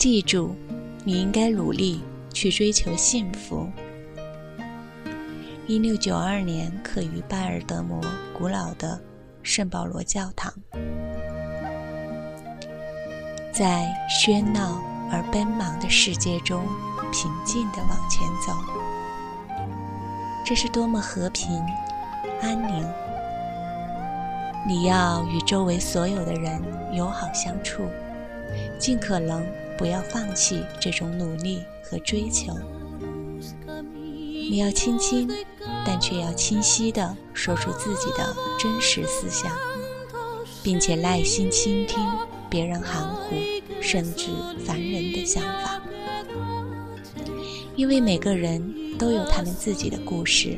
记住，你应该努力去追求幸福。1692年刻于巴尔的摩古老的圣保罗教堂。在喧闹而奔忙的世界中，平静地往前走，这是多么和平安宁。你要与周围所有的人友好相处，尽可能不要放弃这种努力和追求。你要轻轻但却要清晰地说出自己的真实思想，并且耐心倾听别人含糊甚至烦人的想法，因为每个人都有他们自己的故事。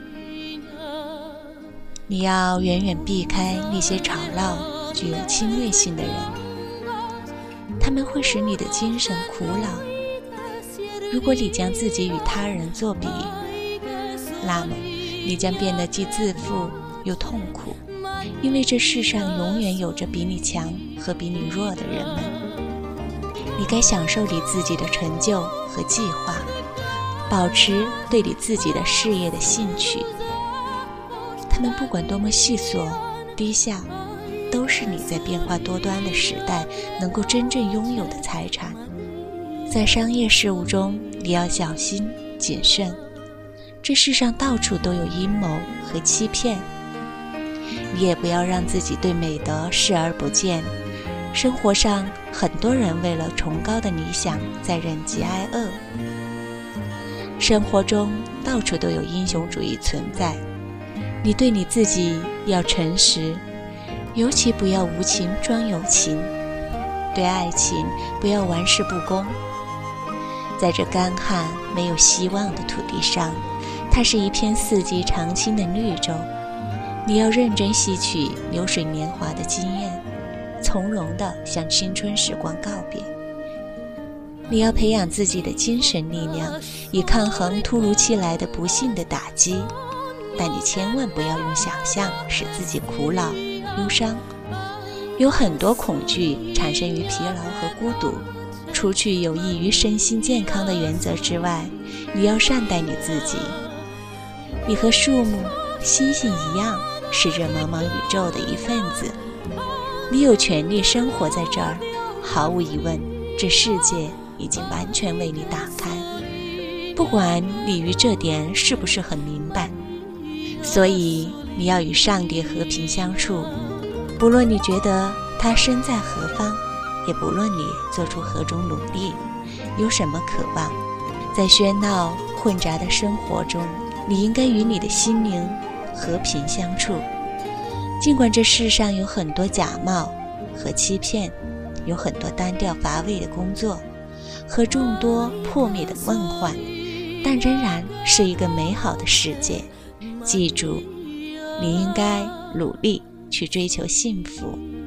你要远远避开那些吵闹具有侵略性的人，他们会使你的精神苦恼。如果你将自己与他人作比，那么你将变得既自负又痛苦，因为这世上永远有着比你强和比你弱的人们。你该享受你自己的成就和计划，保持对你自己的事业的兴趣。他们不管多么细琐低下，都是你在变化多端的时代能够真正拥有的财产。在商业事务中，你要小心谨慎，这世上到处都有阴谋和欺骗。你也不要让自己对美德视而不见。生活上很多人为了崇高的理想在忍饥挨饿。生活中到处都有英雄主义存在，你对你自己要诚实，尤其不要无情装有情，对爱情不要玩世不恭。在这干旱没有希望的土地上，它是一片四季常青的绿洲。你要认真吸取流水年华的经验，从容地向青春时光告别。你要培养自己的精神力量，以抗衡突如其来的不幸的打击，但你千万不要用想象使自己苦恼忧伤。有很多恐惧产生于疲劳和孤独，除去有益于身心健康的原则之外，你要善待你自己。你和树木星星一样，是这茫茫宇宙的一份子，你有权利生活在这儿。毫无疑问，这世界已经完全为你打开，不管你于这点是不是很明白。所以你要与上帝和平相处，不论你觉得他身在何方，也不论你做出何种努力，有什么渴望。在喧闹混杂的生活中，你应该与你的心灵和平相处。尽管这世上有很多假冒和欺骗，有很多单调乏味的工作和众多破灭的梦幻，但仍然是一个美好的世界。记住，你应该努力去追求幸福。